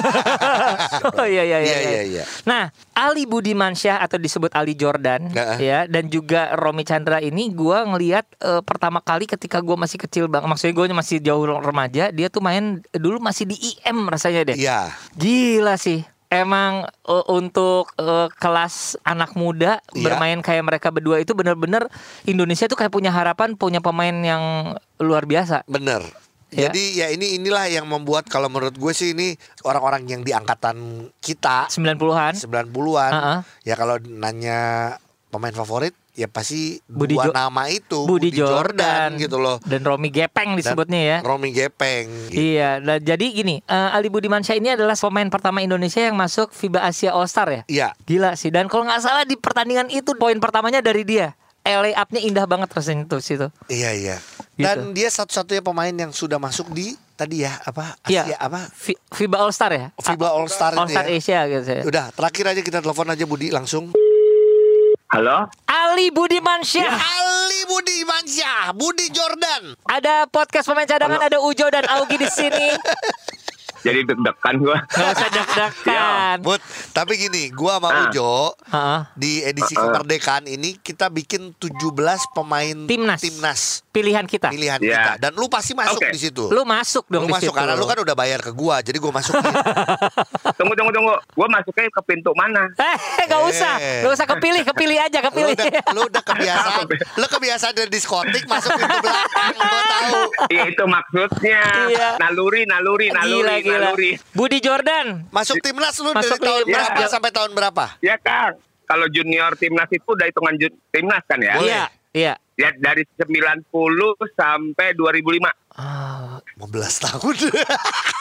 Oh iya iya iya. Iya, iya. iya, iya. Nah, Ali Budimansyah atau disebut Ali Jordan Nah. ya, dan juga Romy Chandra ini gua ngelihat eh, pertama kali ketika gua masih kecil bang, maksudnya gua masih jauh remaja, dia tuh main dulu masih di I M rasanya deh. Iya. Gila sih. Emang uh, untuk uh, kelas anak muda Iya. bermain kayak mereka berdua itu benar-benar Indonesia tuh kayak punya harapan punya pemain yang luar biasa. Bener. Ya. Jadi ya ini inilah yang membuat kalau menurut gue sih ini orang-orang yang di angkatan kita sembilan puluhan. sembilan puluhan. Uh-uh. Ya kalau nanya pemain favorit ya pasti Budi dua Jo- nama itu Budi Jordan gitu loh. dan Romy Gepeng Dan disebutnya ya. Romy Gepeng. gitu. Iya, nah, jadi gini, uh, Ali Budimansyah ini adalah pemain pertama Indonesia yang masuk FIBA Asia All Star ya. Iya. Gila sih, dan kalau nggak salah di pertandingan itu poin pertamanya dari dia. Lay up-nya indah banget rasanya tuh situ. Iya iya. Gitu. Dan dia satu-satunya pemain yang sudah masuk di tadi ya apa Iya. Asia apa Fi- FIBA All Star ya. FIBA All Star All itu Star ya. Asia gitu ya. Udah terakhir aja kita telepon aja Budi langsung. Halo? Ali Budimansyah. Ali Budi Mansyah, Budi Jordan. Ada podcast pemain cadangan, ada Ujo dan Augie di sini. Jadi deg-degan gua. Gak usah deg-degan. Bud, tapi gini, gua sama Ah. Ujo Heeh. di edisi kemerdekaan ini kita bikin tujuh belas pemain Timnas. timnas Pilihan kita. pilihan Iya. kita dan lu pasti masuk Oke. di situ. Lu masuk dong Lu di masuk situ. karena lu kan udah bayar ke gua, jadi gua masukin. Tunggu, tunggu, tunggu. Gua masuknya ke pintu mana? Eh, gak usah. Eh. Gak usah kepilih, kepilih aja, lu kepilih. udah lu udah kebiasaan. Lu kebiasaan dari diskotik masuk pintu belakang, gua tahu. Iya, itu maksudnya. Iya. Naluri, naluri, naluri, Gila, gila. naluri. Budi Jordan. Masuk timnas lu Masuk dari tahun timnas. berapa sampai tahun berapa? Ya, Kang. Kalau junior timnas itu udah hitungan jun- timnas kan ya? Boleh. Iya, iya. Ya, dari sembilan puluh sampai dua ribu lima. Ah, lima belas tahun.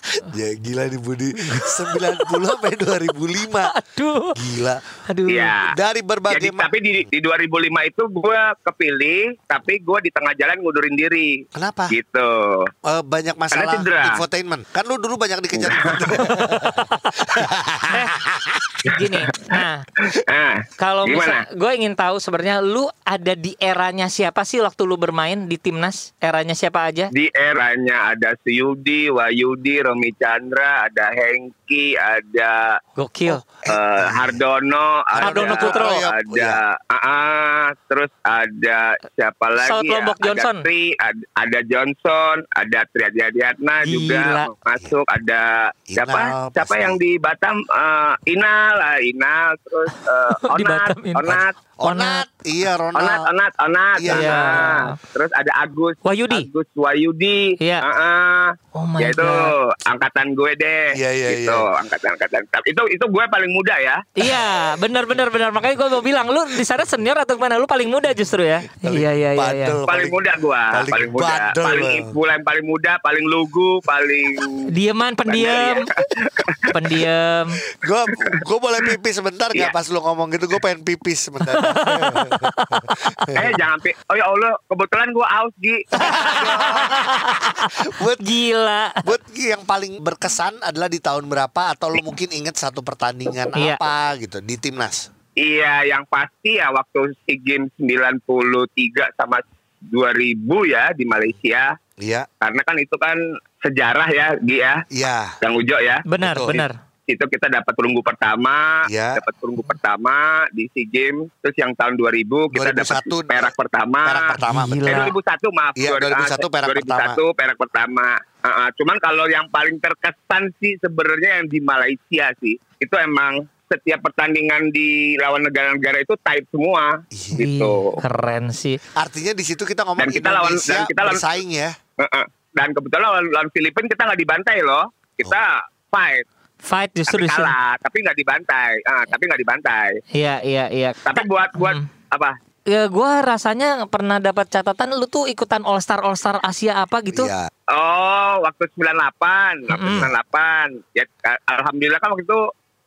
Ya gila nih Budi, sembilan puluh sampai dua ribu lima. Aduh. Gila. Aduh. Iya. Dari berbagai Jadi, tapi di, di dua ribu lima itu gue kepilih, tapi gue di tengah jalan ngundurin diri. Kenapa? Gitu. Eh, banyak masalah cedera. infotainment. Kan lu dulu banyak dikejar. Eh, gini. Nah, Nah, kalau gimana? misal gue ingin tahu sebenarnya lu ada di eranya siapa sih waktu lu bermain di timnas? Eranya siapa aja? Di eranya ada Suyudi, Wayudi, Romi Chandra, ada Hengki, ada Gokil. eh, Hardono, Hardono ada, Putro. ada, ah, ah, terus ada siapa lagi? Saud ya? Lombok Johnson. Ada Tri, ada, ada Johnson, ada Triadiatna juga Gila. masuk, ada siapa? Inal, siapa pasti. yang di Batam? Eh, Inal, ah, Inal, terus eh, Di Onat, Batam, Inal. Onat. Onat, iya Ronald. Onat, Onat, Onat. Iya. Ah. Terus ada Agus, Wahyudi. Agus Wahyudi. Iya. Ah, ah. Oh my Ya itu God. angkatan gue deh. Iya, iya, gitu, iya. angkatan-angkatan. Tapi Itu itu gue paling muda ya. Iya, benar benar benar. Makanya gue mau bilang lu di sana senior atau gimana? Lu paling muda justru ya. Iya iya iya. iya. Bandel. Paling muda gue, paling paling, muda, bandel, paling Bang. ibu yang paling muda, paling lugu, paling Dieman, pendiam. Pendiam. Gue gue boleh pipis sebentar nggak Iya. pas lu ngomong gitu? Gue pengen pipis sebentar. eh jangan pi oh ya Allah, kebetulan gue aus Gi. buat Gila. buat yang paling berkesan adalah di tahun berapa atau lu mungkin inget satu pertandingan Iya. apa gitu di timnas? Iya, yang pasti ya waktu SEA Games sembilan puluh tiga sama dua ribu ya di Malaysia. Iya, Karena kan itu kan sejarah ya, Gi ya. iya, Yang Ujo ya. Benar Betul. benar. Itu kita dapat perunggu pertama, Iya. dapat perunggu pertama di SEA Games. Terus yang tahun dua ribu kita dua ribu satu dapat perak pertama. perak pertama. Gila. Eh dua ribu satu maaf. Iya, dua ribu satu perak dua ribu satu perak pertama. Uh, uh, cuman kalau yang paling terkesan sih sebenarnya yang di Malaysia sih. Itu emang setiap pertandingan di lawan negara-negara itu tight semua Iya. gitu. Ih, keren sih. Artinya di situ kita ngomong Dan kita lawan- Indonesia dan kita lawan- bersaing ya. Uh, uh. Dan kebetulan lawan, lawan Filipina kita nggak dibantai loh. Kita fight, Fight justru tapi di sini. kalah, tapi nggak dibantai. Uh, tapi nggak dibantai. Iya iya iya. Tapi buat buat Hmm. apa? Ya gue rasanya pernah dapat catatan lu tuh ikutan All Star All Star Asia apa gitu. Iya. Oh, waktu sembilan puluh delapan, waktu Mm-mm. sembilan puluh delapan. Ya, ka- alhamdulillah kan waktu itu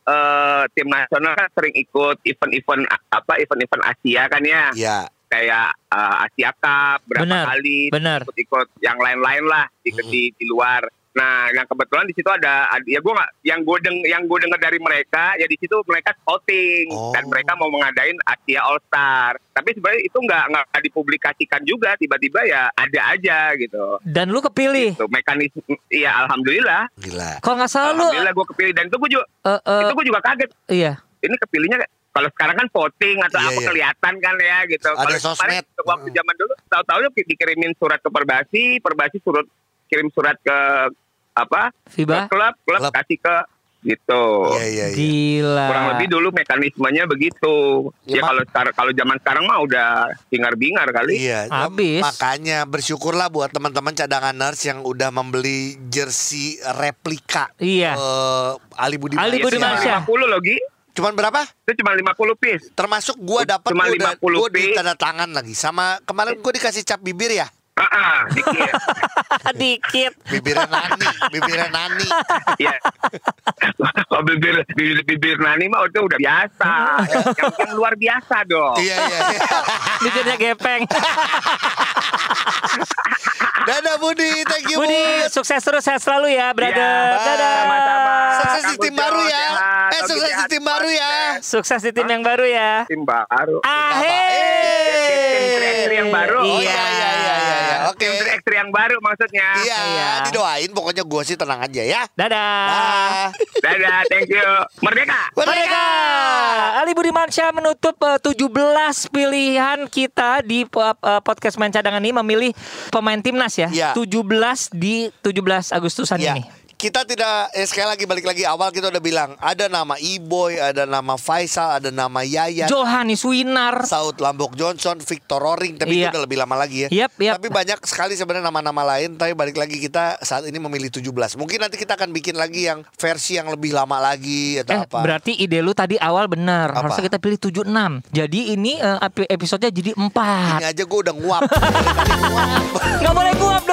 eh, tim nasional kan sering ikut event-event a- apa event-event Asia kan ya. Iya. Kayak eh, Asia Cup berapa Benar, kali, benar. ikut-ikut yang lain-lain lah di, Hmm. di di luar. Nah, yang kebetulan di situ ada, ada ya gue nggak, yang gue deng, yang gue dengar dari mereka, ya di situ mereka scouting Oh. dan mereka mau mengadain Asia All Star. Tapi sebenarnya itu nggak nggak dipublikasikan juga, tiba-tiba ya ada aja gitu. Dan lu kepilih. Tuh, mekanisme, iya alhamdulillah, Gila. Kalau nggak salah lu alhamdulillah gue kepilih dan itu gue juga, eh, eh, itu gue juga kaget. iya. Ini kepilihnya kalau sekarang kan voting atau Iya, apa iya. kelihatan kan ya gitu. Ada Kalau kemarin, sosmed. waktu Hmm. zaman dulu, tahu-tahu dikirimin surat ke Perbasi, Perbasi surat kirim surat ke apa? FIBA. Ke klub, klub Klub. kasih ke gitu. Iya, iya, iya. Gila. Kurang lebih dulu mekanismenya begitu. Ya, Ya, Mak. kalau sekarang kalau zaman sekarang mah udah bingar-bingar kali. Iya, Habis. makanya bersyukurlah buat teman-teman cadanganers yang udah membeli jersey replika Iya. eh, Ali Budi Ali Budi Cuma Mansyah. lima puluh loh, Gi. Cuman berapa? Itu cuma lima puluh piece. Termasuk gua dapat Cuma gua udah lima puluh gua di piece. tanda tangan lagi. Sama kemarin gua dikasih cap bibir ya. Ah, ah, dikit. Dikit. Bibirnya Nani, bibirnya Nani. Iya. Kalau bibir, bibir bibir Nani mah itu udah biasa. yang, yang, yang luar biasa dong. Iya, iya. iya. Bibirnya gepeng. Dadah Budi, thank you Budi, Bud. sukses terus, sehat selalu ya, brother. Iya, Dadah. sama-sama. Sukses di Kang tim Ujo, baru ya. sehat. Eh, Oke, sukses di sehat tim baru ya. Sukses di tim yang baru ya. Tim baru. Ahe. Tim tiga yang baru. Oh Iya. iya, iya, iya, iya, iya. Oke. Tim tiga yang baru maksudnya. Iya, Iya. didoain pokoknya gua sih tenang aja ya. Dadah. Ah. Dadah, thank you. Merdeka. Merdeka. Ali Budi Mansyah menutup uh, tujuh belas pilihan kita di uh, uh, podcast Main Cadangan ini memilih pemain timnas ya. Iya. tujuh belas di tujuh belas Agustusan Iya. ini. Kita tidak, eh, sekali lagi balik lagi awal kita udah bilang ada nama Iboy, ada nama Faisal, ada nama Yayan, Johannes Winar. Saud Lombok Johnson, Victor Roring, tapi Iya. itu udah lebih lama lagi ya. Yap, yap. Tapi banyak sekali sebenarnya nama-nama lain, tapi balik lagi kita saat ini memilih tujuh belas. Mungkin nanti kita akan bikin lagi yang versi yang lebih lama lagi atau Eh, apa. berarti ide lu tadi awal benar. Apa? Harusnya kita pilih tujuh enam. Jadi ini uh, episodenya jadi Ini empat. aja gue udah nguap. Nguap. Nggak boleh nguap